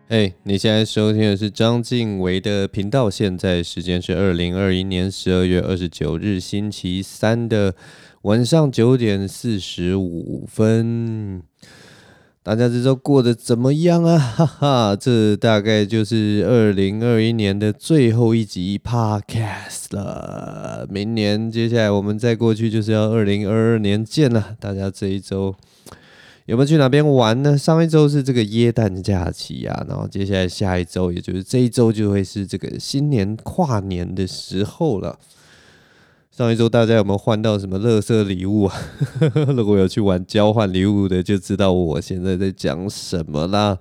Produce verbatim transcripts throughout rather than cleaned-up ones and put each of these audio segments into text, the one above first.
嘿，你现在收听的是张敬维的频道，现在时间是二零二一年十二月二十九日星期三的晚上九点四十五分。大家这周过得怎么样啊？哈哈，这大概就是二零二一年的最后一集 Podcast 了。明年接下来我们再过去就是要二零二二年见了。大家这一周有没有去哪边玩呢？上一周是这个耶诞假期啊，然后接下来下一周，也就是这一周就会是这个新年跨年的时候了。上一周大家有没有换到什么垃圾礼物啊？如果有去玩交换礼物的，就知道我现在在讲什么啦。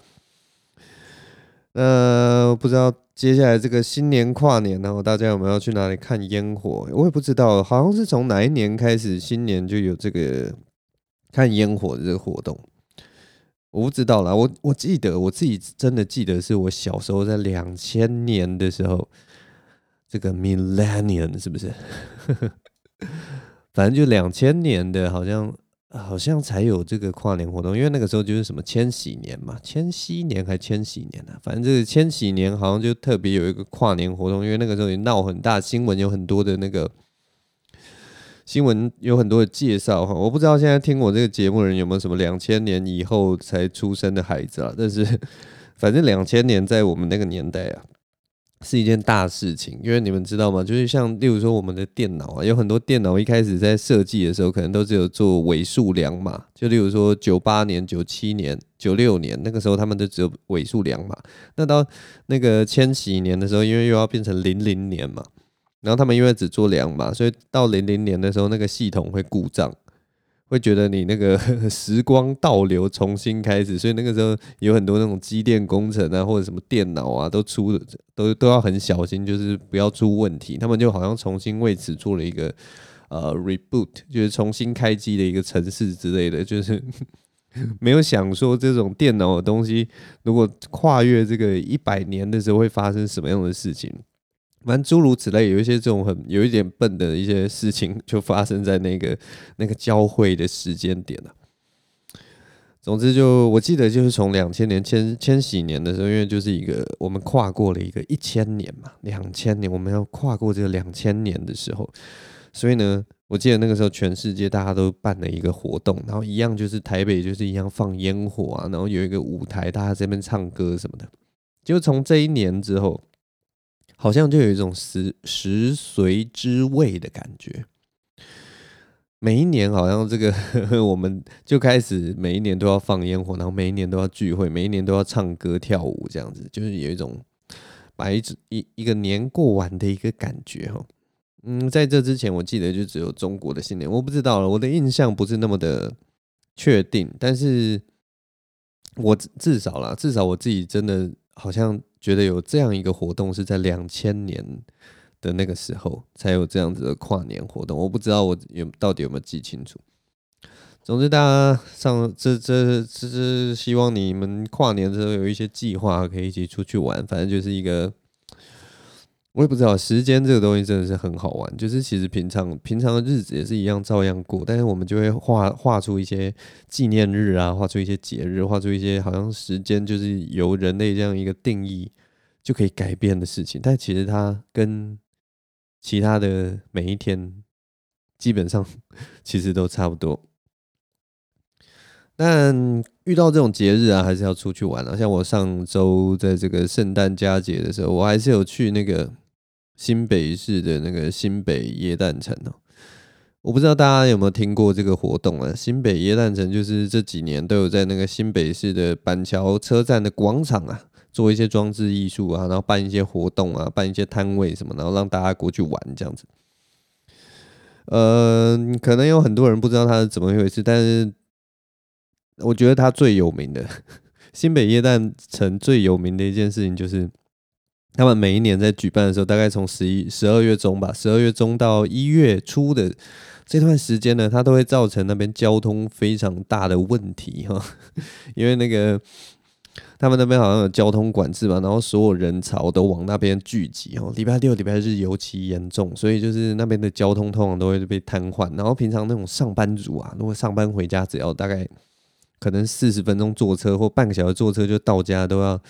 那不知道接下来这个新年跨年，然后大家有没有要去哪里看烟火？我也不知道，好像是从哪一年开始，新年就有这个看烟火的这个活动。我不知道啦，我我记得我自己真的记得是我小时候在两千年的时候，这个 millennium 是不是？反正就两千年的，好像好像才有这个跨年活动，因为那个时候就是什么千禧年嘛，千禧年还千禧年啊，反正这个千禧年好像就特别有一个跨年活动，因为那个时候也闹很大，新闻有很多的那个。新闻有很多的介绍哈，我不知道现在听我这个节目的人有没有什么两千年以后才出生的孩子啊，但是反正两千年在我们那个年代啊，是一件大事情，因为你们知道吗？就是像例如说我们的电脑啊，有很多电脑一开始在设计的时候，可能都只有做尾数两码，就例如说九八年、九七年、九六年那个时候，他们都只有尾数两码。那到那个千禧年的时候，因为又要变成零零年嘛。然后他们因为只做两码，所以到零零年的时候，那个系统会故障，会觉得你那个时光倒流，重新开始。所以那个时候有很多那种机电工程啊，或者什么电脑啊，都出的都都要很小心，就是不要出问题。他们就好像重新为此做了一个呃 reboot，就是重新开机的一个程式之类的，就是没有想说这种电脑的东西，如果跨越这个一百年的时候会发生什么样的事情。反正诸如此类，有一些这种很有一点笨的一些事情，就发生在那个那个交汇的时间点了。总之就，我记得就是从两千年千千禧年的时候，因为就是一个我们跨过了一个一千年嘛，两千年我们要跨过这个两千年的时候，所以呢，我记得那个时候全世界大家都办了一个活动，然后一样就是台北就是一样放烟火啊，然后有一个舞台，大家这边唱歌什么的。就从这一年之后。好像就有一种食食髓知味的感觉。每一年好像这个我们就开始每一年都要放烟火，然后每一年都要聚会，每一年都要唱歌跳舞，这样子就是有一种把一一一个年过完的一个感觉哈。嗯，在这之前我记得就只有中国的新年，我不知道了，我的印象不是那么的确定，但是我至少啦，至少我自己真的好像觉得有这样一个活动是在两千年的那个时候才有这样子的跨年活动，我不知道我有到底有没有记清楚。总之，大家上这这这这，希望你们跨年的时候有一些计划，可以一起出去玩。反正就是一个，我也不知道时间这个东西真的是很好玩。就是其实平常平常的日子也是一样照样过，但是我们就会画画出一些纪念日啊，画出一些节日，画出一些好像时间就是由人类这样一个定义就可以改变的事情。但其实它跟其他的每一天基本上其实都差不多。但遇到这种节日啊，还是要出去玩啊。像我上周在这个圣诞佳节的时候，我还是有去那个新北市的那个新北耶诞城哦。我不知道大家有没有听过这个活动啊？新北耶诞城就是这几年都有在那个新北市的板桥车站的广场啊，做一些装置艺术啊，然后办一些活动啊，办一些摊位什么，然后让大家过去玩这样子。呃，可能有很多人不知道它是怎么一回事，但是我觉得它最有名的新北耶诞城最有名的一件事情就是，他们每一年在举办的时候，大概从十一、十二月中吧，十二月中到一月初的这段时间呢，它都会造成那边交通非常大的问题哈，因为那个他们那边好像有交通管制嘛，然后所有人潮都往那边聚集哦。礼拜六、礼拜日尤其严重，所以就是那边的交通通常都会被瘫痪。然后平常那种上班族啊，如果上班回家只要大概可能四十分钟坐车或半个小时坐车就到家，都要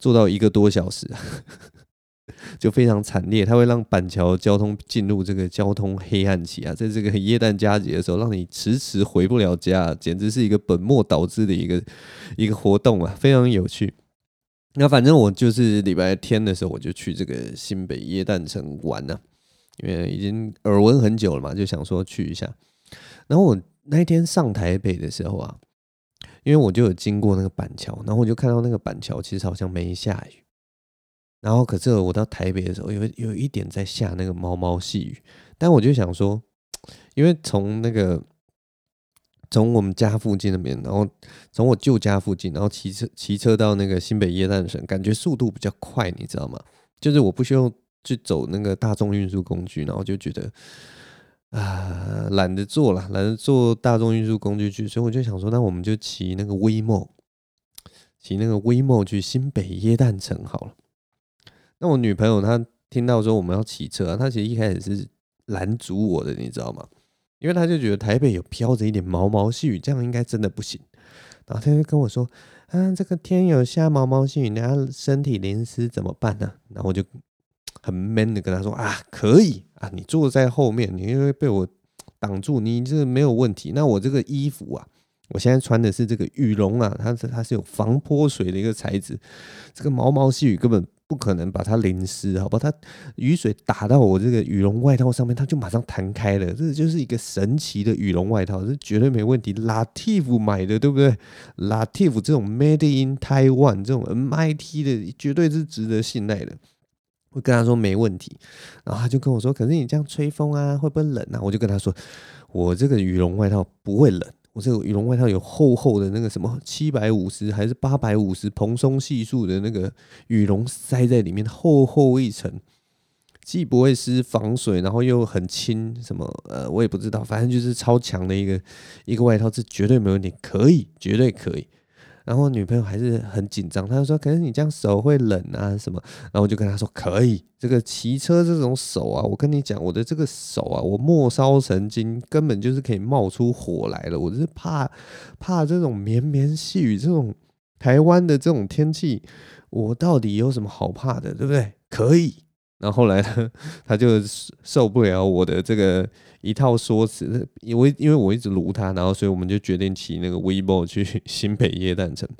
坐到一个多小时，就非常惨烈。它会让板桥交通进入这个交通黑暗期啊，在这个耶诞佳节的时候，让你迟迟回不了家，简直是一个本末倒置的一个一个活动啊，非常有趣。那反正我就是礼拜天的时候，我就去这个新北耶诞城玩了、啊，因为已经耳闻很久了嘛，就想说去一下。然后我那一天上台北的时候啊，因为我就有经过那个板桥，然后我就看到那个板桥其实好像没下雨，然后可是我到台北的时候有有一点在下那个毛毛细雨，但我就想说，因为从那个从我们家附近那边，然后从我舅家附近，然后骑车骑车到那个新北耶诞城，感觉速度比较快，你知道吗？就是我不需要去走那个大众运输工具，然后就觉得啊懒得坐了，懒得坐大众运输工具去，所以我就想说，那我们就骑那个 WeMo，骑那个 WeMo 去新北耶诞城好了。那我女朋友她听到说我们要骑车、啊，她其实一开始是拦阻我的，你知道吗？因为她就觉得台北有飘着一点毛毛细雨，这样应该真的不行。然后她就跟我说：“啊，这个天有下毛毛细雨，等下身体淋湿怎么办呢、啊？”然后我就很 man 的跟她说：“啊，可以啊，你坐在后面，你因为被我挡住，你这个没有问题。那我这个衣服啊。”我现在穿的是这个羽绒啊，它是它是有防泼水的一个材质，这个毛毛细雨根本不可能把它淋湿，好吧？它雨水打到我这个羽绒外套上面，它就马上弹开了，这就是一个神奇的羽绒外套，这绝对没问题。Lativ 买的，对不对？Lativ 这种 Made in Taiwan 这种 M I T 的，绝对是值得信赖的。我跟他说没问题，然后他就跟我说：“可是你这样吹风啊，会不会冷啊？”我就跟他说：“我这个羽绒外套不会冷。”我这个羽绒外套有厚厚的那个什么七百五十还是八百五十蓬松系数的那个羽绒塞在里面，厚厚一层，既不会湿防水，然后又很轻，什么呃我也不知道，反正就是超强的一个一个外套，这绝对没问题，可以，绝对可以。然后女朋友还是很紧张，她就说：“可是你这样手会冷啊什么？”然后我就跟她说：“可以，这个骑车这种手啊，我跟你讲，我的这个手啊，我末梢神经根本就是可以冒出火来了。我就是怕怕这种绵绵细雨，这种台湾的这种天气，我到底有什么好怕的，对不对？可以。”然后后来呢，他就受不了我的这个一套说辞，因为因为我一直撸他，然后所以我们就决定骑那个 WeMo 去新北耶诞城。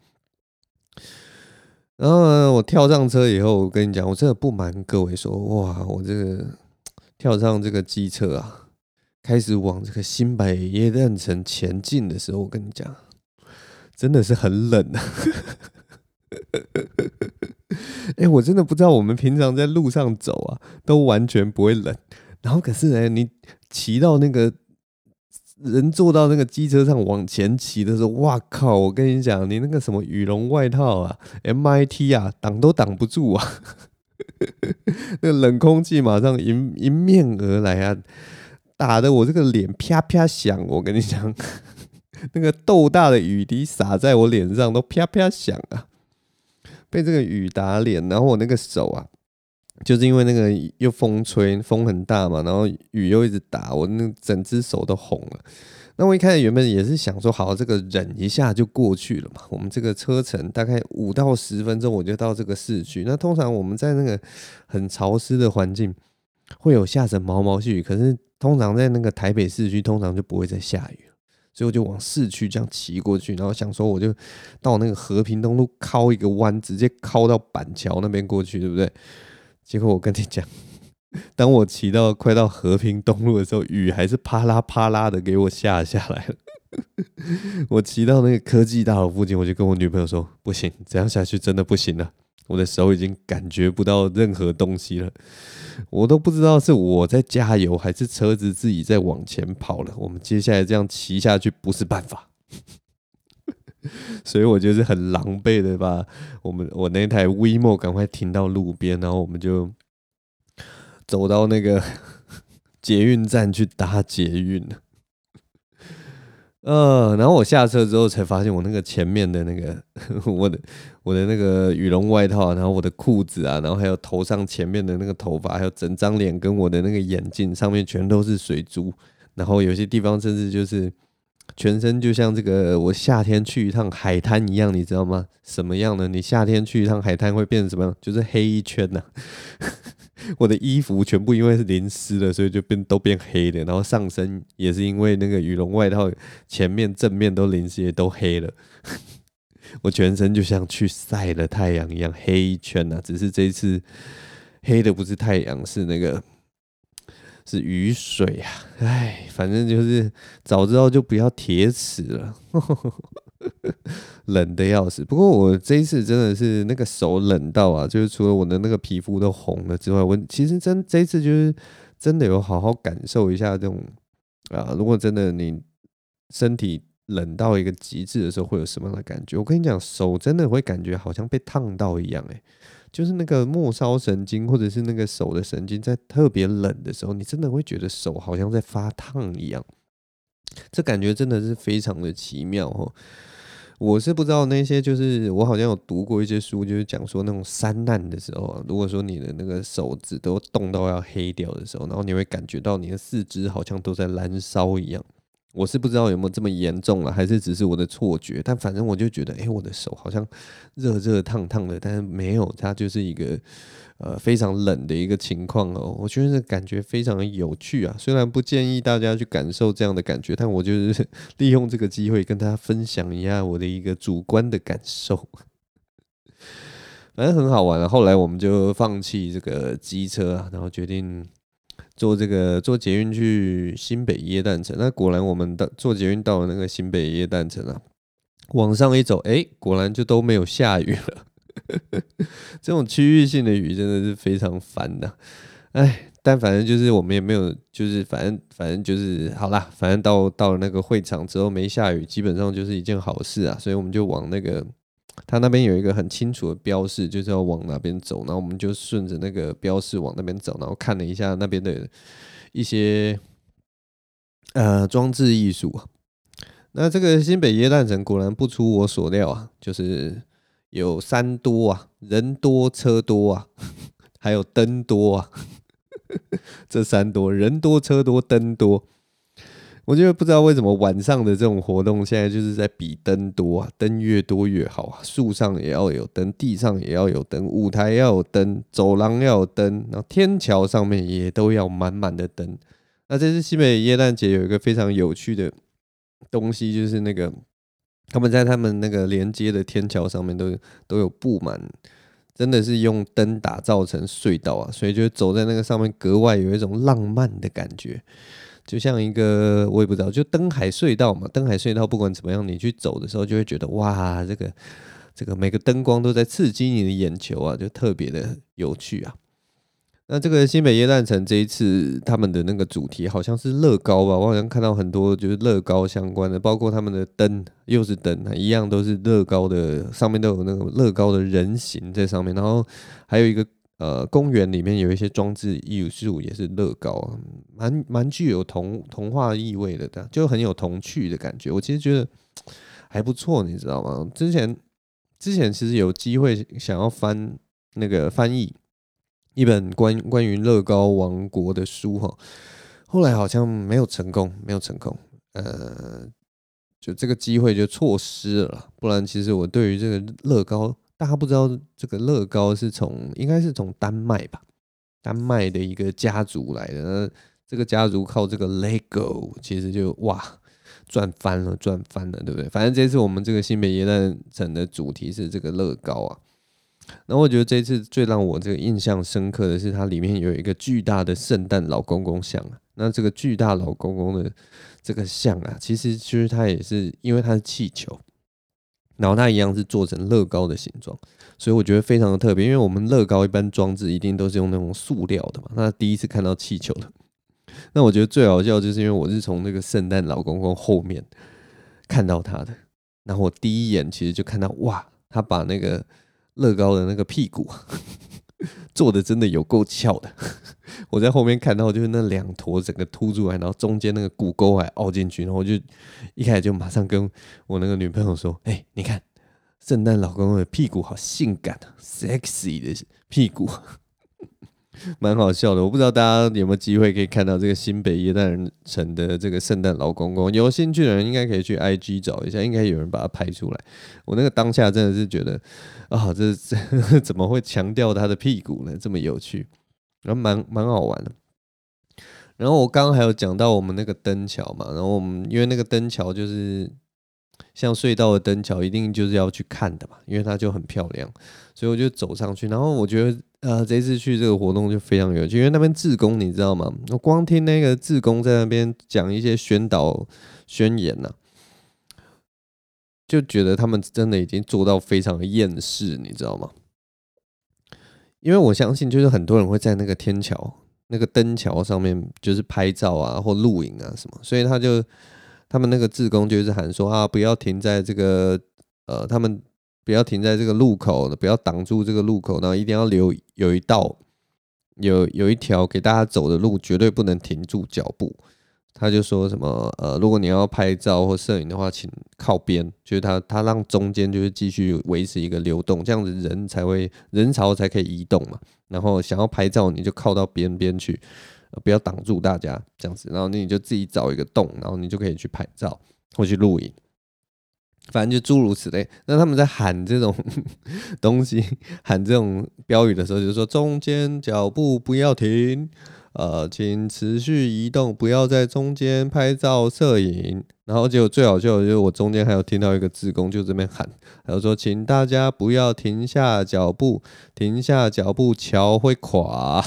然后呢，我跳上车以后，我跟你讲，我真的不瞒各位说，哇，我这个跳上这个机车啊，开始往这个新北耶诞城前进的时候，我跟你讲，真的是很冷啊。哎、欸，我真的不知道我们平常在路上走啊，都完全不会冷。然后可是呢，你骑到那个人坐到那个机车上往前骑的时候，哇靠！我跟你讲，你那个什么羽绒外套啊 ，M I T 啊，挡都挡不住啊。那个冷空气马上迎迎面而来啊，打得我这个脸啪啪响。我跟你讲，那个豆大的雨滴洒在我脸上都啪啪响啊。被这个雨打脸，然后我那个手啊，就是因为那个又风吹，风很大嘛，然后雨又一直打，我那整只手都红了。那我一开始原本也是想说，好，这个忍一下就过去了嘛。我们这个车程大概五到十分钟，我就到这个市区。那通常我们在那个很潮湿的环境，会有下着毛毛细雨，可是通常在那个台北市区，通常就不会再下雨。所以我就往市区这样骑过去，然后想说我就到那个和平东路靠一个弯，直接靠到板桥那边过去，对不对？结果我跟你讲，当我骑到快到和平东路的时候，雨还是啪啦啪啦的给我下下来了。我骑到那个科技大楼附近，我就跟我女朋友说：“不行，这样下去真的不行了。”我的手已经感觉不到任何东西了，我都不知道是我在加油还是车子自己在往前跑了。我们接下来这样骑下去不是办法，所以我就是很狼狈的把我们我那台 WeMo 赶快停到路边，然后我们就走到那个捷运站去搭捷运了。呃，然后我下车之后才发现，我那个前面的那个我的我的那个羽绒外套，然后我的裤子啊，然后还有头上前面的那个头发，还有整张脸跟我的那个眼镜上面全都是水珠，然后有些地方甚至就是全身就像这个我夏天去一趟海滩一样，你知道吗？什么样的？你夏天去一趟海滩会变成什么样？就是黑一圈呐、啊。我的衣服全部因为是淋湿了，所以就变都变黑的，然后上身也是因为那个羽绒外套前面正面都淋湿，也都黑了。我全身就像去晒了太阳一样黑一圈呐、啊，只是这一次黑的不是太阳，是那个是雨水啊。哎，反正就是早知道就不要铁齿了。冷的要死。不过我这一次真的是那个手冷到啊，就是除了我的那个皮肤都红了之外，我其实真这一次就是真的有好好感受一下这种啊，如果真的你身体冷到一个极致的时候，会有什么样的感觉？我跟你讲，手真的会感觉好像被烫到一样、欸，哎，就是那个末梢神经或者是那个手的神经在特别冷的时候，你真的会觉得手好像在发烫一样。这感觉真的是非常的奇妙哦。我是不知道那些，就是我好像有读过一些书，就是讲说那种山难的时候啊，如果说你的那个手指都冻到要黑掉的时候，然后你会感觉到你的四肢好像都在燃烧一样。我是不知道有没有这么严重了，还是只是我的错觉，但反正我就觉得，哎、欸，我的手好像热热烫烫的，但是没有，它就是一个呃非常冷的一个情况哦。我觉得感觉非常的有趣啊，虽然不建议大家去感受这样的感觉，但我就是利用这个机会跟大家分享一下我的一个主观的感受。反正很好玩了、啊。后来我们就放弃这个机车啊，然后决定坐这个坐捷运去新北耶诞城。那果然我们的坐捷运到了那个新北耶诞城啊，往上一走，哎、欸，果然就都没有下雨了。这种区域性的雨真的是非常烦的、啊，哎。但反正就是我们也没有，就是反正反正就是好啦，反正到到了那个会场之后没下雨，基本上就是一件好事啊，所以我们就往那个他那边有一个很清楚的标示，就是要往哪边走，然后我们就顺着那个标示往那边走，然后看了一下那边的一些呃装置艺术啊。那这个新北耶诞城果然不出我所料啊，就是有山多啊，人多车多啊，还有灯多啊。这三多人多车多灯多，我觉得不知道为什么晚上的这种活动现在就是在比灯多啊，灯越多越好啊，树上也要有灯，地上也要有灯，舞台要有灯，走廊要有灯，然后天桥上面也都要满满的灯。那这次西北耶诞节有一个非常有趣的东西，就是那个他们在他们那个连接的天桥上面都都有布满。真的是用灯打造成隧道啊，所以就走在那个上面格外有一种浪漫的感觉，就像一个我也不知道，就灯海隧道嘛。灯海隧道不管怎么样，你去走的时候就会觉得哇，这个这个每个灯光都在刺激你的眼球啊，就特别的有趣啊。那这个新北耶诞城这一次他们的那个主题好像是乐高吧，我好像看到很多就是乐高相关的，包括他们的灯又是灯，一样都是乐高的，上面都有那个乐高的人形在上面，然后还有一个呃公园里面有一些装置艺术也是乐高啊，蛮蛮具有童童话意味的，就很有童趣的感觉。我其实觉得还不错，你知道吗？之前之前其实有机会想要翻那个翻译。一本关关于乐高王国的书哈，后来好像没有成功，没有成功，呃，就这个机会就错失了啦。不然其实我对于这个乐高，大家不知道这个乐高是从应该是从丹麦吧，丹麦的一个家族来的。那这个家族靠这个 Lego， 其实就哇赚翻了，赚翻了，对不对？反正这次我们这个新北耶诞城的主题是这个乐高啊。然后我觉得这一次最让我这个印象深刻的是，它里面有一个巨大的圣诞老公公像啊。那这个巨大老公公的这个像啊，其实其实它也是因为它是气球，然后它一样是做成乐高的形状，所以我觉得非常的特别。因为我们乐高一般装置一定都是用那种塑料的嘛，那第一次看到气球的，那我觉得最好笑就是因为我是从那个圣诞老公公后面看到他的，然后我第一眼其实就看到哇，他把那个乐高的那个屁股做的真的有够翘的。我在后面看到就是那两坨整个凸出来，然后中间那个骨沟还凹进去，然后我就一开始就马上跟我那个女朋友说：“哎、欸，你看圣诞老公公的屁股好性感啊 ，sexy 的屁股。” 蛮好笑的。我不知道大家有没有机会可以看到这个新北耶诞城的这个圣诞老公公，有兴趣的人应该可以去 I G 找一下，应该有人把它拍出来。我那个当下真的是觉得啊，这这怎么会强调他的屁股呢？这么有趣，然后蛮蛮好玩的。然后我刚刚还有讲到我们那个灯桥嘛，然后我们因为那个灯桥就是像隧道的灯桥，一定就是要去看的嘛，因为它就很漂亮，所以我就走上去。然后我觉得呃这次去这个活动就非常有趣，因为那边志工你知道吗？我光听那个志工在那边讲一些宣导宣言呐、啊，就觉得他们真的已经做到非常的厌世，你知道吗？因为我相信，就是很多人会在那个天桥、那个灯桥上面，就是拍照啊或录影啊什么，所以他就他们那个志工就是喊说啊，不要停在这个呃，他们不要停在这个路口，不要挡住这个路口，然后一定要留有一道有有一条给大家走的路，绝对不能停住脚步。他就说什么呃，如果你要拍照或摄影的话，请靠边，就是他他让中间就是继续维持一个流动，这样子人才会人潮才可以移动嘛。然后想要拍照，你就靠到边边去，呃，不要挡住大家这样子。然后你就自己找一个洞，然后你就可以去拍照或去录影，反正就诸如此类。那他们在喊这种东西、喊这种标语的时候，就是说中间脚步不要停。呃，请持续移动，不要在中间拍照摄影。然后结果最好笑的就是我中间还有听到一个志工就这边喊，还有说请大家不要停下脚步，停下脚步桥会垮。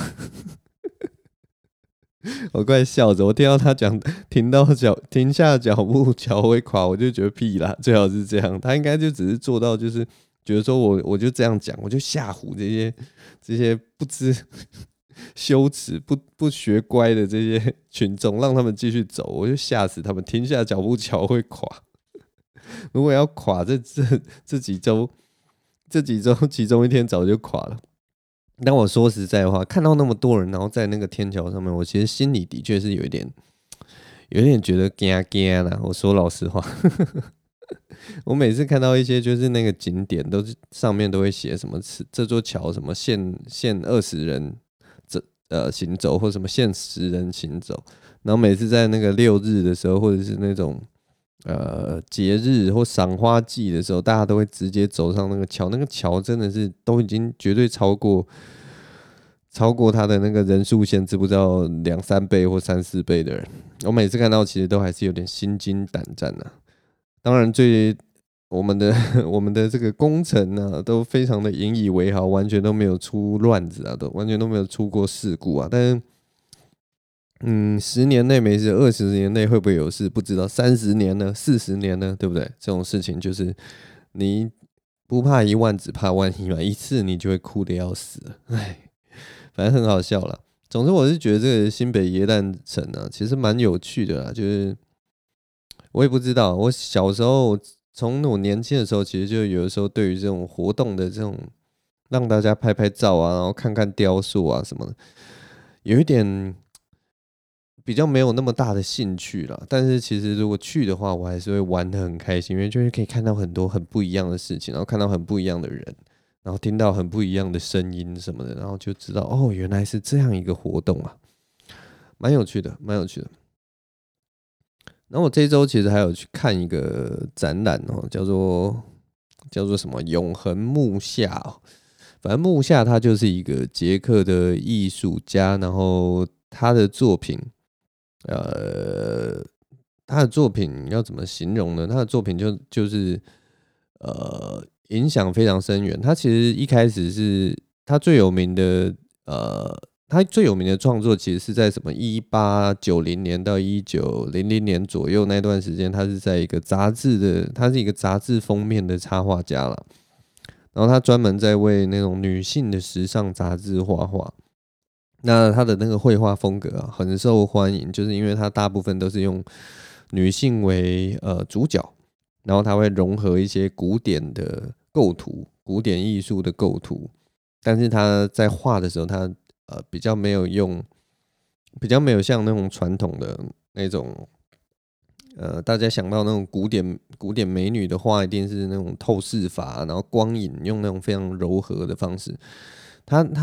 我快笑着，我听到他讲停到脚停下脚步桥会垮，我就觉得屁啦，最好是这样。他应该就只是做到就是觉得说我我就这样讲，我就吓唬这些这些不知。羞耻不不学乖的这些群众，让他们继续走，我就吓死他们，停下脚步桥会垮。如果要垮，这这这几周这几周其中一天早就垮了。但我说实在话，看到那么多人，然后在那个天桥上面，我其实心里的确是有一点有一点觉得惊惊啦。我说老实话，我每次看到一些就是那个景点，都是上面都会写什么这座桥什么限限二十人。呃，行走或什么限时人行走，然后每次在那个六日的时候，或者是那种呃节日或赏花季的时候，大家都会直接走上那个桥。那个桥真的是都已经绝对超过超过它的那个人数限制，不知道两三倍或三四倍的人。我每次看到，其实都还是有点心惊胆战呐、啊。当然最我们的我们的这个工程呢、啊，都非常的引以为豪，完全都没有出乱子啊，都完全都没有出过事故啊。但是，嗯，十年内没事，二十年内会不会有事？不知道。三十年呢？四十年呢？对不对？这种事情就是你不怕一万，只怕万一嘛。一次你就会哭得要死了，唉，反正很好笑了。总之，我是觉得这个新北耶诞城啊，其实蛮有趣的啦。就是我也不知道，我小时候。从我年轻的时候，其实就有的时候对于这种活动的这种让大家拍拍照啊，然后看看雕塑啊什么的，有一点比较没有那么大的兴趣了。但是其实如果去的话，我还是会玩得很开心，因为就是可以看到很多很不一样的事情，然后看到很不一样的人，然后听到很不一样的声音什么的，然后就知道哦，原来是这样一个活动啊，蛮有趣的，蛮有趣的。然后我这一周其实还有去看一个展览哦，叫做叫做什么永恒木下、哦，反正木下他就是一个捷克的艺术家，然后他的作品，呃，他的作品要怎么形容呢？他的作品就就是呃影响非常深远。他其实一开始是他最有名的呃。他最有名的创作其实是在什么一八九零年到一九零零年左右那段时间，他是在一个杂志的，他是一个杂志封面的插画家了。然后他专门在为那种女性的时尚杂志画画。那他的那个绘画风格啊，很受欢迎，就是因为他大部分都是用女性为呃主角，然后他会融合一些古典的构图、古典艺术的构图，但是他在画的时候，他呃，比较没有用，比较没有像那种传统的那种，呃，大家想到那种古典古典美女的画，一定是那种透视法，然后光影用那种非常柔和的方式。他他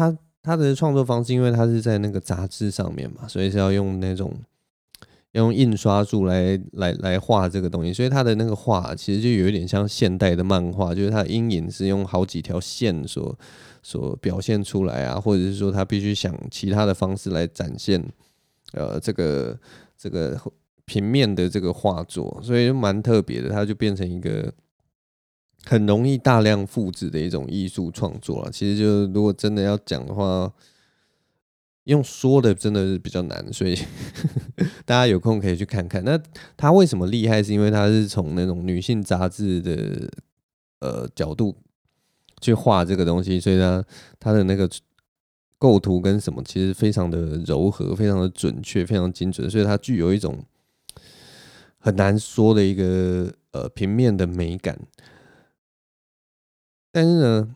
他的创作方式，因为他是在那个杂志上面嘛，所以是要用那种要用印刷术来来来画这个东西，所以他的那个画其实就有一点像现代的漫画，就是他的阴影是用好几条线所所表现出来啊，或者是说他必须想其他的方式来展现呃这个这个平面的这个画作，所以就蛮特别的，它就变成一个很容易大量复制的一种艺术创作了。其实就如果真的要讲的话，用说的真的是比较难，所以大家有空可以去看看。那他为什么厉害？是因为他是从那种女性杂志的呃角度去画这个东西，所以他他的那个构图跟什么其实非常的柔和，非常的准确，非常精准，所以它具有一种很难说的一个呃平面的美感。但是呢，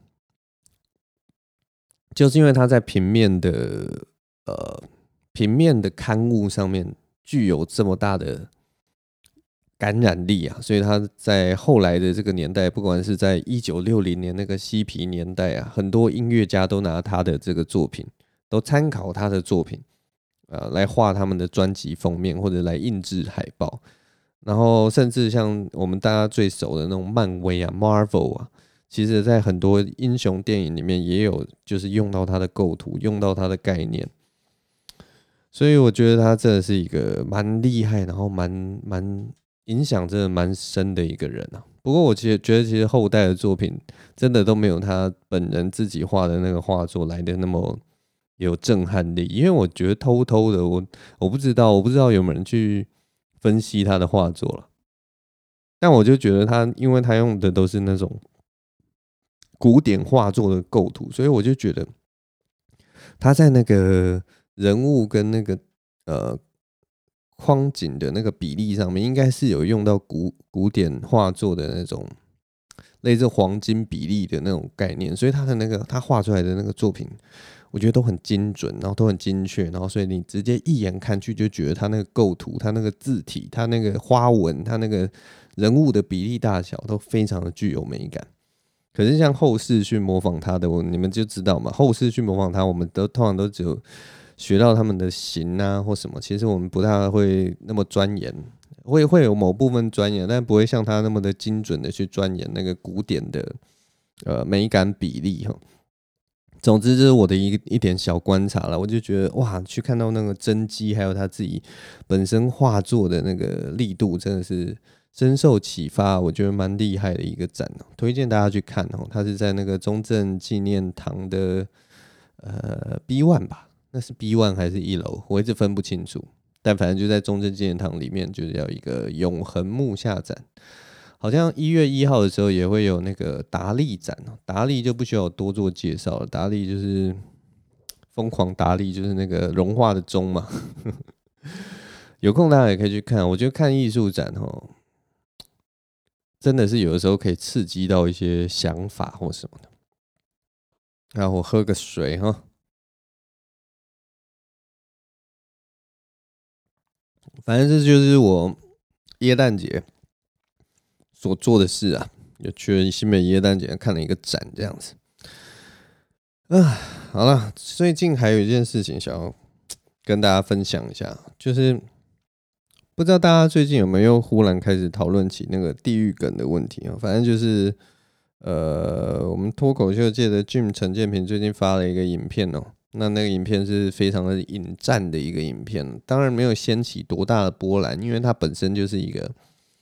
就是因为它在平面的呃平面的刊物上面具有这么大的感染力啊，所以他在后来的这个年代，不管是在一九六零年那个嬉皮年代啊，很多音乐家都拿他的这个作品，都参考他的作品，呃，来画他们的专辑封面或者来印制海报，然后甚至像我们大家最熟的那种漫威啊、Marvel 啊，其实在很多英雄电影里面也有，就是用到他的构图，用到他的概念。所以我觉得他真的是一个蛮厉害，然后蛮蛮影响真的蛮深的一个人啊。不过我其实觉得，其实后代的作品真的都没有他本人自己画的那个画作来的那么有震撼力。因为我觉得偷偷的，我我不知道，我不知道有没有人去分析他的画作了。但我就觉得他，因为他用的都是那种古典画作的构图，所以我就觉得他在那个人物跟那个呃框景的那个比例上面，应该是有用到古古典画作的那种类似黄金比例的那种概念，所以他的那个他画出来的那个作品，我觉得都很精准，然后都很精确，然后所以你直接一眼看去就觉得他那个构图、他那个字体、他那个花纹、他那个人物的比例大小都非常的具有美感。可是像后世去模仿他的，我你们就知道嘛，后世去模仿他，我们都通常都只有学到他们的形啊或什么，其实我们不太会那么钻研，会会有某部分钻研，但不会像他那么的精准的去钻研那个古典的呃美感比例哈。总之，这是我的一一点小观察了。我就觉得哇，去看到那个真迹，还有他自己本身画作的那个力度，真的是深受启发。我觉得蛮厉害的一个展哦，推荐大家去看哦。他是在那个中正纪念堂的呃 B 一 吧，那是 B 一 还是一楼？我一直分不清楚。但反正就在中正纪念堂里面，就是要一个永恒木下展。好像一月一号的时候也会有那个达利展哦，达利就不需要我多做介绍了，达利就是疯狂达利，就是那个融化的钟嘛。有空大家也可以去看，我觉得看艺术展哦，真的是有的时候可以刺激到一些想法或什么的。然后我喝个水哈，反正这就是我耶诞节所做的事啊，就去了新北耶诞节看了一个展这样子。啊，好了，最近还有一件事情想要跟大家分享一下，就是不知道大家最近有没有忽然开始讨论起那个地狱梗的问题啊？反正就是呃，我们脱口秀界的 Jim 陈建平最近发了一个影片哦，那那个影片是非常的引战的一个影片，当然没有掀起多大的波澜，因为它本身就是一个。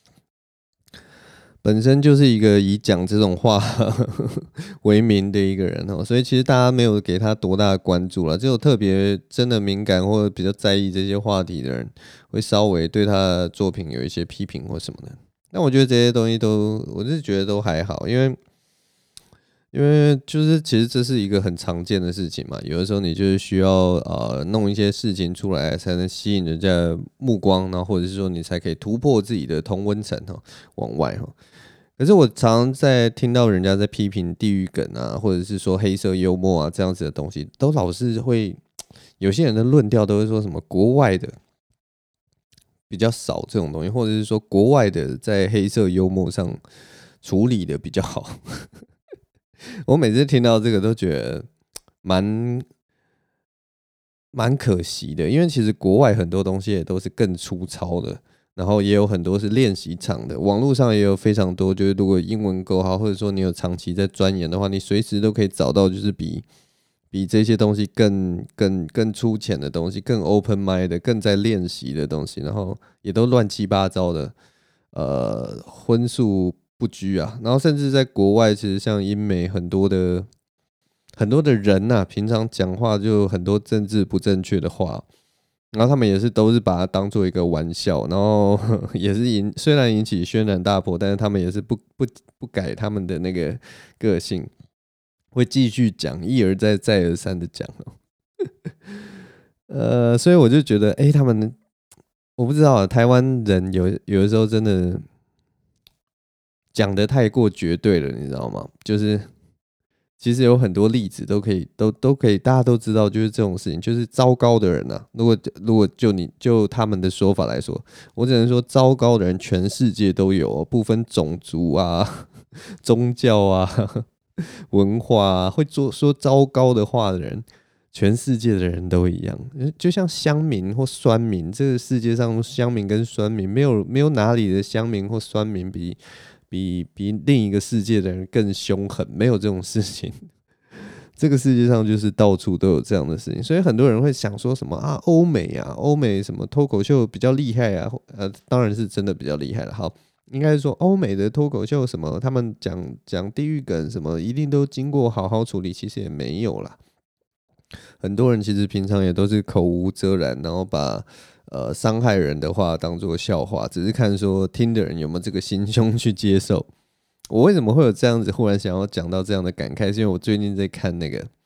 本身就是一个以讲这种话为名的一个人哦，所以其实大家没有给他多大的关注了，只有特别真的敏感或者比较在意这些话题的人，会稍微对他的作品有一些批评或什么的。但我觉得这些东西都，我是觉得都还好，因为因为就是其实这是一个很常见的事情嘛，有的时候你就是需要呃弄一些事情出来，才能吸引人家的目光，然后或者是说你才可以突破自己的同温层哈，往外哈。可是我常在听到人家在批评地狱梗啊，或者是说黑色幽默啊这样子的东西，都老是会有些人的论调都会说什么国外的比较少这种东西，或者是说国外的在黑色幽默上处理的比较好。我每次听到这个都觉得蛮蛮可惜的，因为其实国外很多东西也都是更粗糙的，然后也有很多是练习场的，网络上也有非常多，就是如果英文够好，或者说你有长期在钻研的话，你随时都可以找到，就是比比这些东西更更更粗浅的东西，更 open mind 的，更在练习的东西，然后也都乱七八糟的，呃，荤素不拘啊，然后甚至在国外，其实像英美很多的。很多的人呐、啊，平常讲话就很多政治不正确的话，然后他们也是都是把它当做一个玩笑，然后也是引虽然引起轩然大波，但是他们也是不不不改他们的那个个性，会继续讲，一而再再而三的讲哦。呃，所以我就觉得，哎、欸，他们我不知道啊，台湾人有有的时候真的讲的太过绝对了，你知道吗？就是其实有很多例子都可以，都都可以，大家都知道，就是这种事情，就是糟糕的人啊。如果如果就你就他们的说法来说，我只能说，糟糕的人全世界都有哦，不分种族啊、宗教啊、文化啊，会做说糟糕的话的人，全世界的人都一样。就像乡民或酸民，这个世界上乡民跟酸民，没有没有哪里的乡民或酸民比。比比另一个世界的人更凶狠，没有这种事情。这个世界上就是到处都有这样的事情，所以很多人会想说什么啊，欧美啊，欧美什么脱口秀比较厉害啊，呃，当然是真的比较厉害了。好，应该是说欧美的脱口秀什么，他们讲讲地狱梗什么，一定都经过好好处理，其实也没有啦。很多人其实平常也都是口无遮拦，然后把呃伤害人的话当做笑话，只是看说听的人有没有这个心胸去接受。我为什么会有这样子忽然想要讲到这样的感慨？是因为我最近在看那个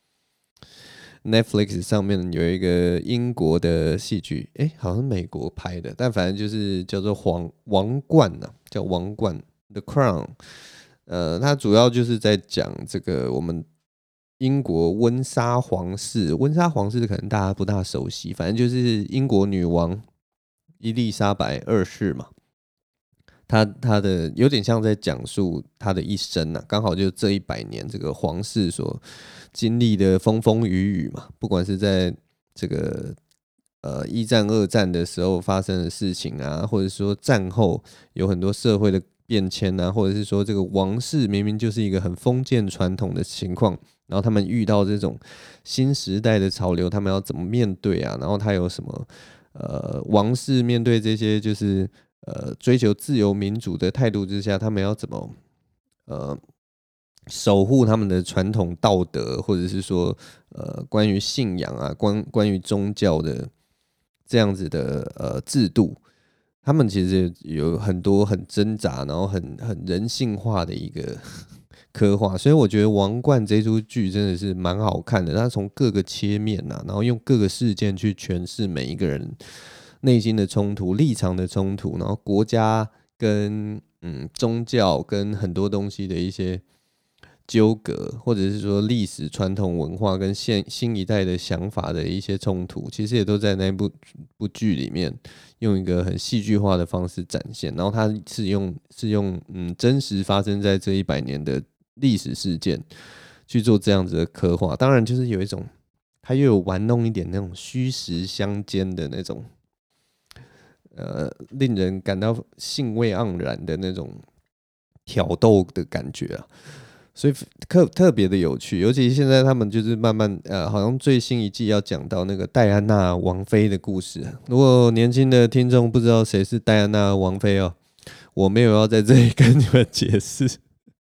Netflix 上面有一个英国的戏剧，哎、欸，好像是美国拍的，但反正就是叫做皇王冠啊，叫王冠 The Crown。呃，它主要就是在讲这个我们英国温莎皇室，温莎皇室可能大家不大熟悉，反正就是英国女王伊丽莎白二世嘛。他他的有点像在讲述他的一生呐、啊，刚好就这一百年这个皇室所经历的风风雨雨嘛，不管是在这个呃一战、二战的时候发生的事情啊，或者说战后有很多社会的变迁啊，或者是说这个王室明明就是一个很封建传统的情况，然后他们遇到这种新时代的潮流，他们要怎么面对啊？然后他有什么呃王室面对这些就是呃追求自由民主的态度之下，他们要怎么呃守护他们的传统道德，或者是说呃关于信仰啊，关关于宗教的这样子的呃制度。他们其实有很多很挣扎，然后很很人性化的一个刻画，所以我觉得《王冠》这出剧真的是蛮好看的。它从各个切面呐、啊，然后用各个事件去诠释每一个人内心的冲突、立场的冲突，然后国家跟嗯宗教跟很多东西的一些纠葛，或者是说历史传统文化跟现新一代的想法的一些冲突，其实也都在那部部剧里面用一个很戏剧化的方式展现。然后它是用是用嗯真实发生在这一百年的历史事件去做这样子的刻画，当然就是有一种它又有玩弄一点那种虚实相间的那种。呃，令人感到兴味盎然的那种挑逗的感觉啊，所以特特别的有趣。尤其现在他们就是慢慢呃，好像最新一季要讲到那个戴安娜王妃的故事。如果年轻的听众不知道谁是戴安娜王妃哦，我没有要在这里跟你们解释。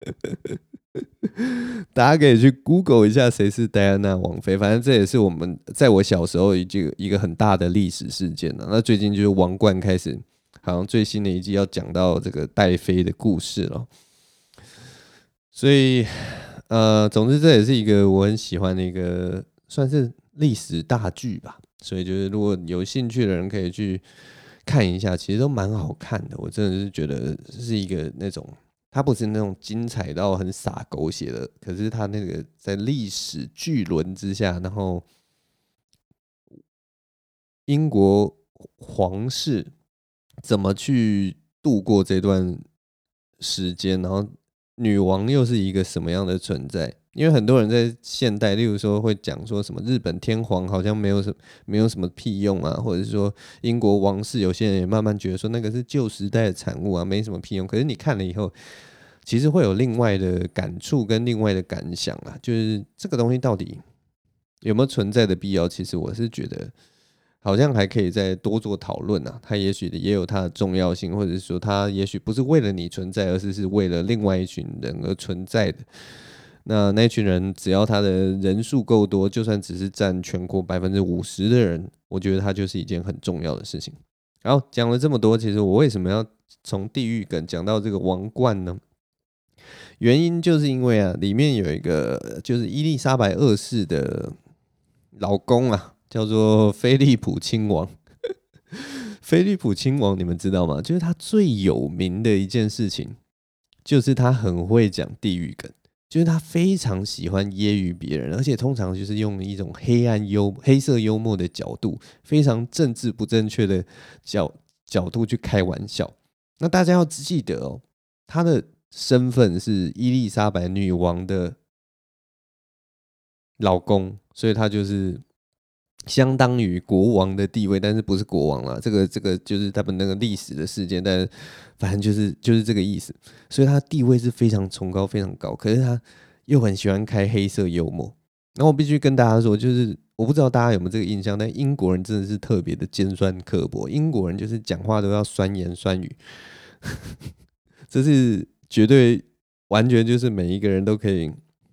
大家可以去 Google 一下谁是戴安娜王妃，反正这也是我们在我小时候一个一个很大的历史事件了。那最近就是王冠开始，好像最新的一季要讲到这个戴妃的故事了。所以，呃，总之这也是一个我很喜欢的一个算是历史大剧吧。所以就是如果有兴趣的人可以去看一下，其实都蛮好看的。我真的是觉得是一个那种。它不是那种精彩到很洒狗血的，可是它那个在历史巨轮之下，然后英国皇室怎么去度过这段时间，然后女王又是一个什么样的存在， 因为很多人在现代，例如说会讲说什么日本天皇好像没有什么没有什么屁用啊，或者是说英国王室，有些人也慢慢觉得说那个是旧时代的产物啊，没什么屁用。可是你看了以后，其实会有另外的感触跟另外的感想啊，就是这个东西到底有没有存在的必要？其实我是觉得。好像还可以再多做讨论啊，它也许也有它的重要性，或者是说它也许不是为了你存在，而是是为了另外一群人而存在的。那那一群人只要他的人数够多，就算只是占全国百分之五十的人，我觉得它就是一件很重要的事情。然后讲了这么多，其实我为什么要从地狱梗讲到这个王冠呢？原因就是因为啊，里面有一个就是伊丽莎白二世的老公啊。叫做菲利普亲王，菲利普亲王，你们知道吗？就是他最有名的一件事情，就是他很会讲地狱梗，就是他非常喜欢揶揄别人，而且通常就是用一种黑暗幽、黑色幽默的角度，非常政治不正确的角角度去开玩笑。那大家要记得哦，他的身份是伊丽莎白女王的老公，所以他就是。相当于国王的地位，但是不是国王啦，这个这个就是他们那个历史的事件，但反正就是就是这个意思，所以他地位是非常崇高、非常高，可是他又很喜欢开黑色幽默。然后我必须跟大家说，就是我不知道大家有没有这个印象，但英国人真的是特别的尖酸刻薄，英国人就是讲话都要酸言酸语，这是绝对完全就是每一个人都可以。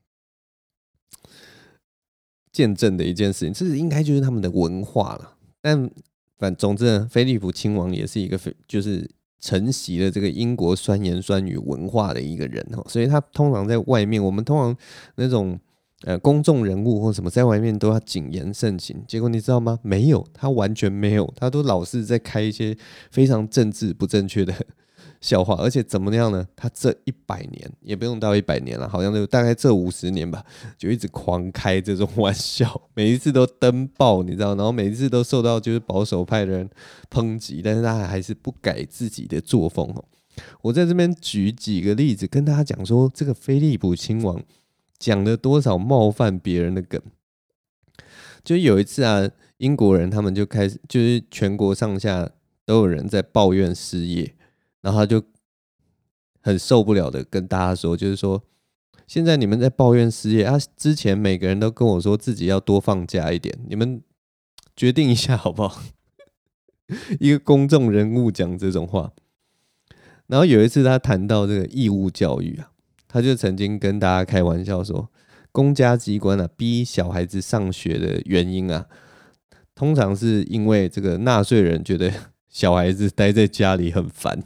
见证的一件事情，这应该就是他们的文化了。但反总之呢，菲利普亲王也是一个就是承袭了这个英国酸言酸语文化的一个人哦，所以他通常在外面，我们通常那种呃公众人物或什么在外面都要谨言慎行。结果你知道吗？没有，他完全没有，他都老是在开一些非常政治不正确的。笑话，而且怎么样呢？他这一百年也不用到一百年了，好像就大概这五十年吧，就一直狂开这种玩笑，每一次都登报，你知道，然后每一次都受到就是保守派的人抨击，但是他还是不改自己的作风哦。我在这边举几个例子，跟大家讲说，这个菲利普亲王讲了多少冒犯别人的梗。就有一次啊，英国人他们就开始，就是全国上下都有人在抱怨失业。然后他就很受不了的跟大家说，就是说，现在你们在抱怨失业啊，之前每个人都跟我说自己要多放假一点，你们决定一下好不好？一个公众人物讲这种话，然后有一次他谈到这个义务教育啊，他就曾经跟大家开玩笑说，公家机关啊逼小孩子上学的原因啊，通常是因为这个纳税人觉得小孩子待在家里很烦。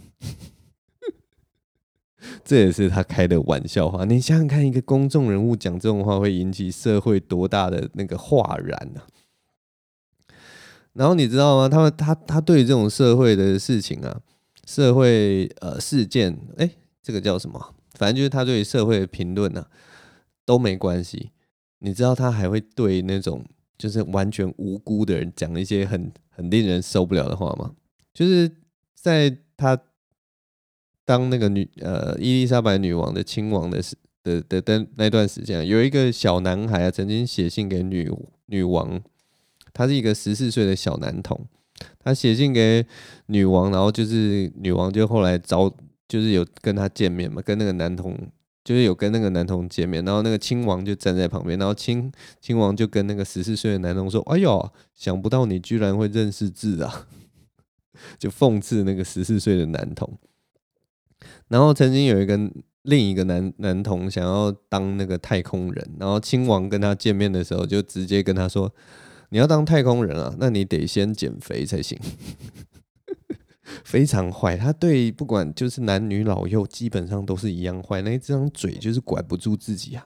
这也是他开的玩笑话。你想想看，一个公众人物讲这种话，会引起社会多大的那个哗然啊！然后你知道吗？他们他他对于这种社会的事情啊，社会呃事件，哎，这个叫什么？反正就是他对于社会的评论啊都没关系。你知道他还会对那种就是完全无辜的人讲一些很很令人受不了的话吗？就是在他。当那个女呃伊丽莎白女王的亲王的时的的的那段时间，有一个小男孩啊，曾经写信给女女王，他是一个十四岁的小男童，他写信给女王，然后就是女王就后来找，就是有跟他见面嘛，跟那个男童就是有跟那个男童见面，然后那个亲王就站在旁边，然后亲亲王就跟那个十四岁的男童说：“哎呦，想不到你居然会认识字啊！”就讽刺那个十四岁的男童。然后曾经有一个另一个男男童想要当那个太空人，然后亲王跟他见面的时候就直接跟他说：“你要当太空人啊，那你得先减肥才行。”非常坏，他对不管就是男女老幼基本上都是一样坏，那一张嘴就是管不住自己啊。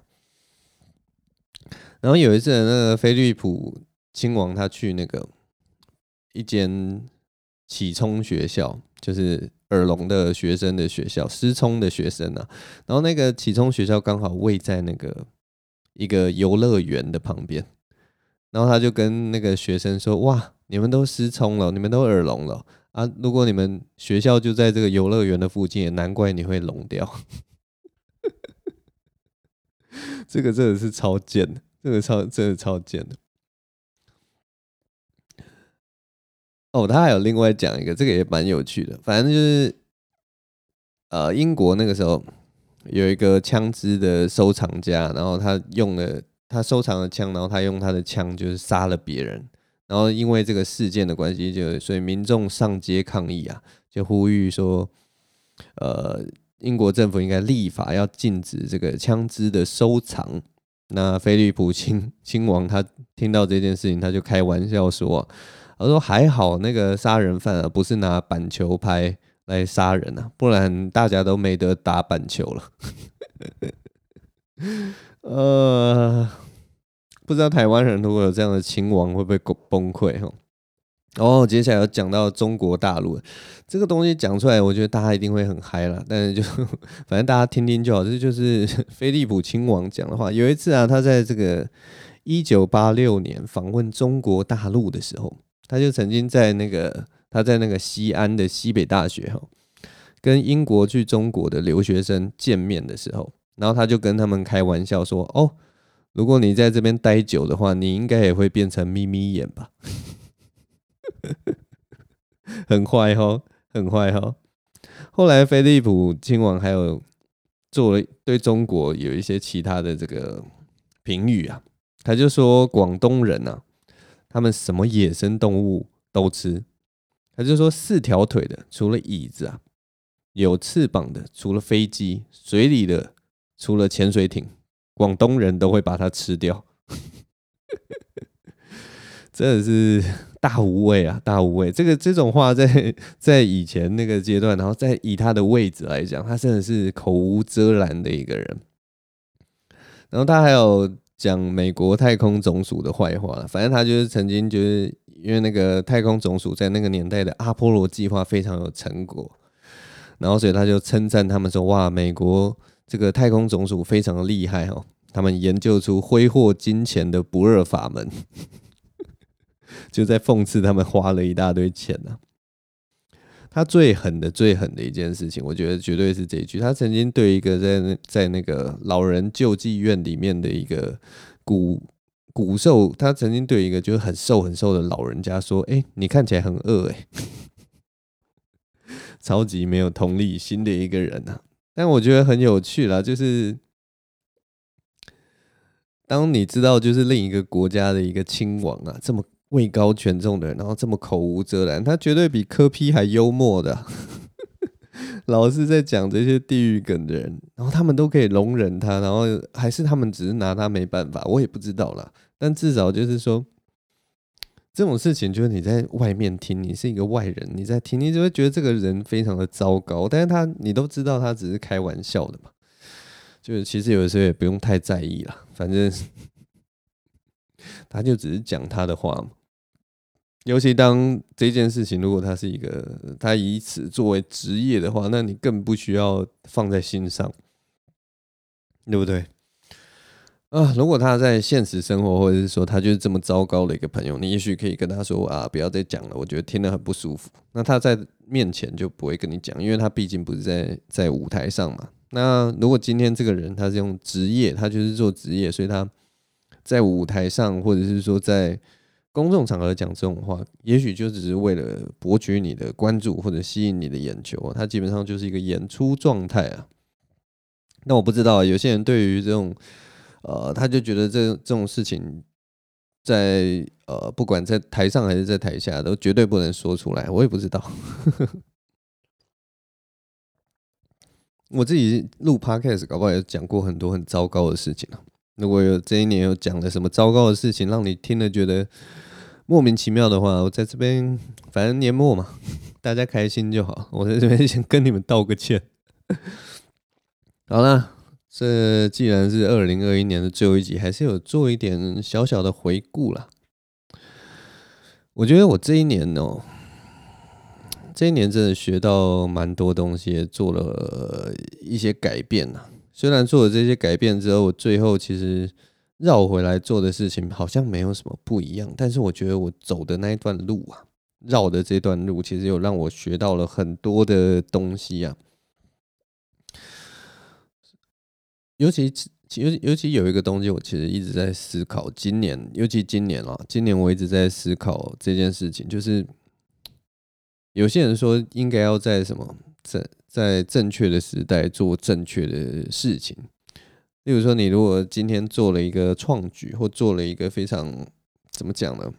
然后有一次，那个菲利普亲王他去那个一间启聪学校，就是耳聋的学生的学校，失聪的学生啊。然后那个启聪学校刚好位在那个一个游乐园的旁边，然后他就跟那个学生说：“哇，你们都失聪了，你们都耳聋了啊！如果你们学校就在这个游乐园的附近，也难怪你会聋掉。” 这个真的是超贱的，这个超真的超贱的。哦，他还有另外讲一个，这个也蛮有趣的。反正就是呃，英国那个时候有一个枪支的收藏家，然后他用了他收藏的枪，然后他用他的枪就是杀了别人，然后因为这个事件的关系，就所以民众上街抗议啊，就呼吁说，呃，英国政府应该立法要禁止这个枪支的收藏。那菲利普亲亲王他听到这件事情，他就开玩笑说、啊，他说还好那个杀人犯啊不是拿板球拍来杀人啊，不然大家都没得打板球了。呃，不知道台湾人如果有这样的亲王会不会崩溃哈？然后接下来要讲到中国大陆这个东西讲出来，我觉得大家一定会很嗨啦。但是就反正大家听听就好。这就是菲利普亲王讲的话。有一次啊，他在这个一九八六年访问中国大陆的时候，他就曾经在那个他在那个西安的西北大学哈，跟英国去中国的留学生见面的时候，然后他就跟他们开玩笑说：“哦，如果你在这边待久的话，你应该也会变成眯眯眼吧。”很坏哦，很坏哦。后来菲利普亲王还有做了对中国有一些其他的这个评语啊，他就说广东人啊，他们什么野生动物都吃。他就说四条腿的除了椅子啊，有翅膀的除了飞机，水里的除了潜水艇，广东人都会把它吃掉。真的是大无畏啊，大无畏！这个这种话在在以前那个阶段，然后在以他的位置来讲，他真的是口无遮拦的一个人。然后他还有讲美国太空总署的坏话，反正他就是曾经就是因为那个太空总署在那个年代的阿波罗计划非常有成果，然后所以他就称赞他们说：“哇，美国这个太空总署非常的厉害哦，他们研究出挥霍金钱的不二法门。”就在讽刺他们花了一大堆钱啊。他最狠的、最狠的一件事情，我觉得绝对是这一句。他曾经对一个在那在那个老人救济院里面的一个骨骨瘦，他曾经对一个就是很瘦很瘦的老人家说：“哎、欸，你看起来很饿哎。”超级没有同理心的一个人啊。但我觉得很有趣啦，就是当你知道就是另一个国家的一个亲王啊，这么位高权重的人，然后这么口无遮拦，他绝对比柯 P 还幽默的、啊。老是在讲这些地狱梗的人，然后他们都可以容忍他，然后还是他们只是拿他没办法，我也不知道啦。但至少就是说，这种事情就是你在外面听，你是一个外人，你在听，你就会觉得这个人非常的糟糕。但是他你都知道他只是开玩笑的嘛，就是其实有的时候也不用太在意啦，反正他就只是讲他的话嘛。尤其当这件事情，如果他是一个他以此作为职业的话，那你更不需要放在心上，对不对？啊，如果他在现实生活，或者是说他就是这么糟糕的一个朋友，你也许可以跟他说啊，不要再讲了，我觉得听得很不舒服。那他在面前就不会跟你讲，因为他毕竟不是在在舞台上嘛。那如果今天这个人他是用职业，他就是做职业，所以他在舞台上，或者是说在公众场合讲这种话，也许就只是为了博取你的关注或者吸引你的眼球，他基本上就是一个演出状态啊。那我不知道，有些人对于这种，呃，他就觉得这这种事情在呃，不管在台上还是在台下，都绝对不能说出来。我也不知道，我自己录 podcast 搞不好也讲过很多很糟糕的事情啊。如果有这一年有讲了什么糟糕的事情，让你听了觉得莫名其妙的话，我在这边反正年末嘛，大家开心就好。我在这边先跟你们道个歉。好啦，这既然是二零二一年的最后一集，还是有做一点小小的回顾啦。我觉得我这一年哦、喔，这一年真的学到蛮多东西，也做了一些改变啦。虽然做了这些改变之后，我最后其实绕回来做的事情好像没有什么不一样，但是我觉得我走的那一段路啊，绕的这段路，其实有让我学到了很多的东西啊。尤其尤尤其有一个东西，我其实一直在思考。今年，尤其今年啊，今年我一直在思考这件事情，就是有些人说应该要在什么在在正确的时代做正确的事情。例如说，你如果今天做了一个创举，或做了一个非常怎么讲呢？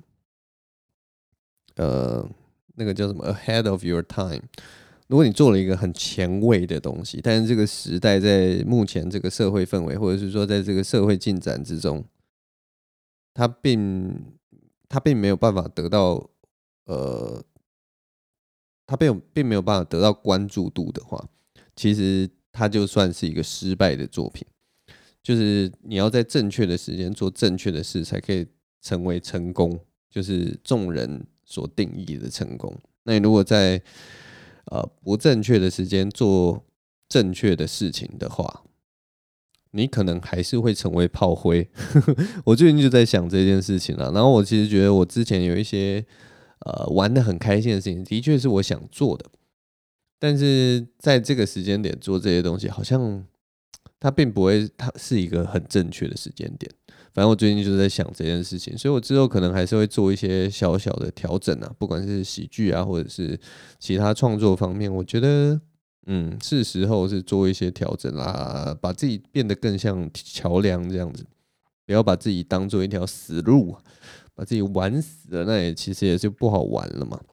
呃，那个叫什么 ahead of your time。如果你做了一个很前卫的东西，但是这个时代在目前这个社会氛围，或者是说在这个社会进展之中，它并它并没有办法得到呃，它并并没有办法得到关注度的话，其实它就算是一个失败的作品。就是你要在正确的时间做正确的事，才可以成为成功，就是众人所定义的成功。那你如果在呃不正确的时间做正确的事情的话，你可能还是会成为炮灰。我最近就在想这件事情了。然后我其实觉得我之前有一些呃玩的很开心的事情，的确是我想做的，但是在这个时间点做这些东西，好像它并不会，它是一个很正确的时间点。反正我最近就是在想这件事情，所以我之后可能还是会做一些小小的调整啊，不管是喜剧啊，或者是其他创作方面，我觉得，嗯，是时候是做一些调整啦，把自己变得更像桥梁这样子，不要把自己当做一条死路，把自己玩死了，那也其实也是不好玩了嘛。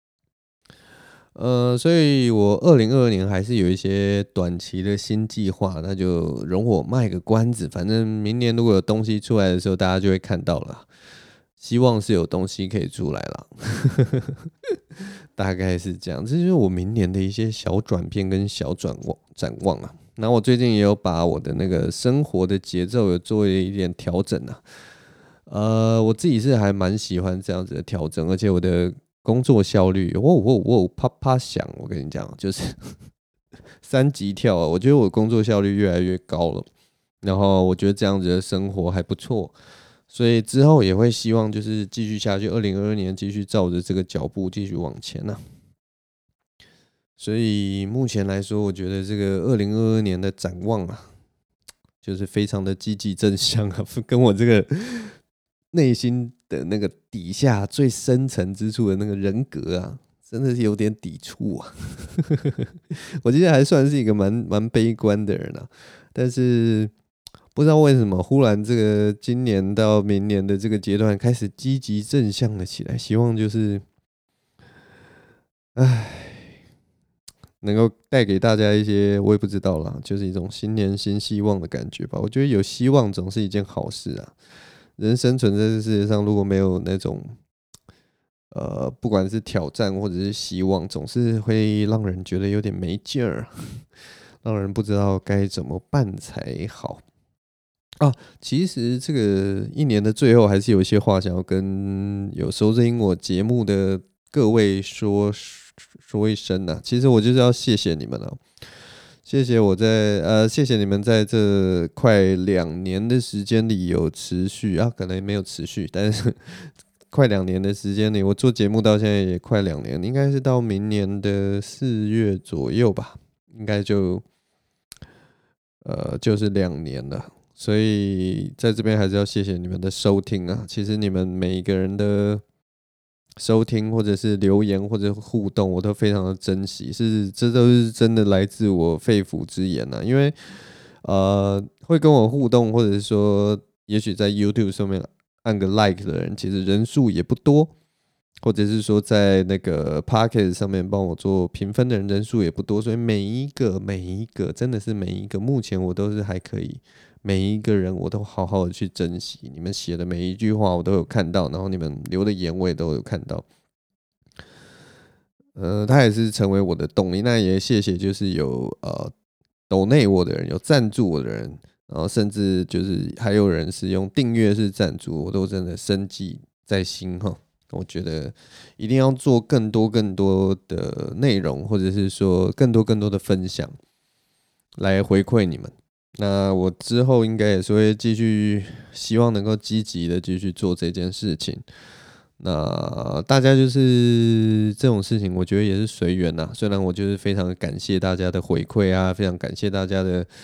呃，所以我二零二二年还是有一些短期的新计划，那就容我卖个关子。反正明年如果有东西出来的时候，大家就会看到了。希望是有东西可以出来了，大概是这样。这就是我明年的一些小转变跟小转望展望啊。然后我最近也有把我的那个生活的节奏有做一点调整啊。呃，我自己是还蛮喜欢这样子的调整，而且我的工作效率，喔喔喔啪啪响，我跟你讲，就是三级跳啊，我觉得我工作效率越来越高了，然后我觉得这样子的生活还不错，所以之后也会希望就是继续下去，二零二二年继续照着这个脚步继续往前啊。所以目前来说，我觉得这个二零二二年的展望啊，就是非常的积极正向啊，跟我这个内心的那个底下最深层之处的那个人格啊，真的是有点抵触啊。我其实还算是一个蛮蛮悲观的人啊，但是不知道为什么，忽然这个今年到明年的这个阶段开始积极正向了起来，希望就是，唉。能够带给大家一些我也不知道啦，就是一种新年新希望的感觉吧。我觉得有希望总是一件好事啊。人生存在这世界上，如果没有那种呃，不管是挑战或者是希望，总是会让人觉得有点没劲儿，让人不知道该怎么办才好啊。其实这个一年的最后，还是有一些话想要跟有收听我节目的各位说说一声呐、啊。其实我就是要谢谢你们了、谢谢我在呃，谢谢你们在这快两年的时间里有持续啊，可能没有持续，但是快两年的时间里，我做节目到现在也快两年，应该是到明年的四月左右吧，应该就呃就是两年了。所以在这边还是要谢谢你们的收听啊，其实你们每一个人的收听或者是留言或者互动，我都非常的珍惜，是这都是真的来自我肺腑之言呐、啊。因为呃会跟我互动，或者是说也许在 YouTube 上面按个 like 的人，其实人数也不多，或者是说在那个 Podcast 上面帮我做评分的人人数也不多，所以每一个每一个真的是每一个，目前我都是还可以。每一个人我都好好的去珍惜，你们写的每一句话我都有看到，然后你们留的言我也都有看到。呃，他也是成为我的动力。那也谢谢，就是有呃抖内我的人，有赞助我的人，然后甚至就是还有人是用订阅式赞助，我都真的深记在心哈。我觉得一定要做更多更多的内容，或者是说更多更多的分享，来回馈你们。那我之后应该也是会继续，希望能够积极的继续做这件事情。那大家就是这种事情，我觉得也是随缘呐。虽然我就是非常感谢大家的回馈啊，非常感谢大家的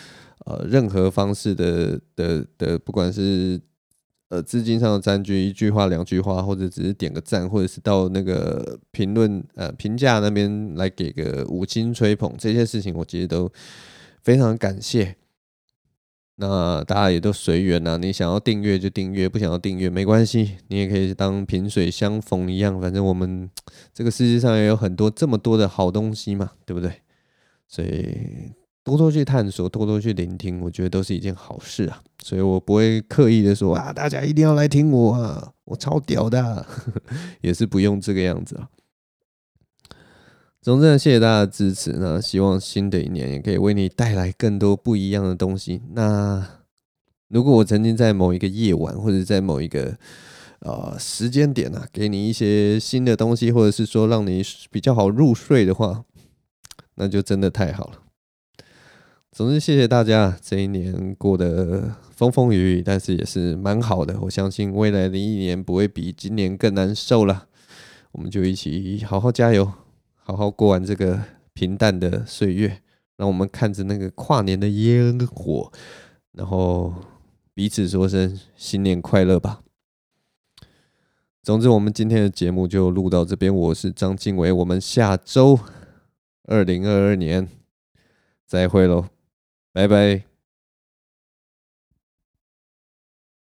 呃任何方式的的的，不管是呃资金上的占据，一句话两句话，或者只是点个赞，或者是到那个评论呃评价那边来给个五星吹捧，这些事情我其实都非常感谢。那大家也都随缘啦，你想要订阅就订阅，不想要订阅没关系，你也可以当萍水相逢一样，反正我们这个世界上也有很多这么多的好东西嘛，对不对？所以多多去探索，多多去聆听，我觉得都是一件好事啊。所以我不会刻意的说啊，大家一定要来听我啊，我超屌的啊，也是不用这个样子啊。总之，谢谢大家的支持。那希望新的一年也可以为你带来更多不一样的东西。那如果我曾经在某一个夜晚，或者在某一个呃时间点啊，给你一些新的东西，或者是说让你比较好入睡的话，那就真的太好了。总之，谢谢大家，这一年过得风风雨雨，但是也是蛮好的。我相信未来的一年不会比今年更难受了。我们就一起好好加油。好好过完这个平淡的岁月，让我们看着那个跨年的烟火，然后彼此说声新年快乐吧。总之，我们今天的节目就录到这边，我是张敬伟，我们下周二零二二年再会喽，拜拜。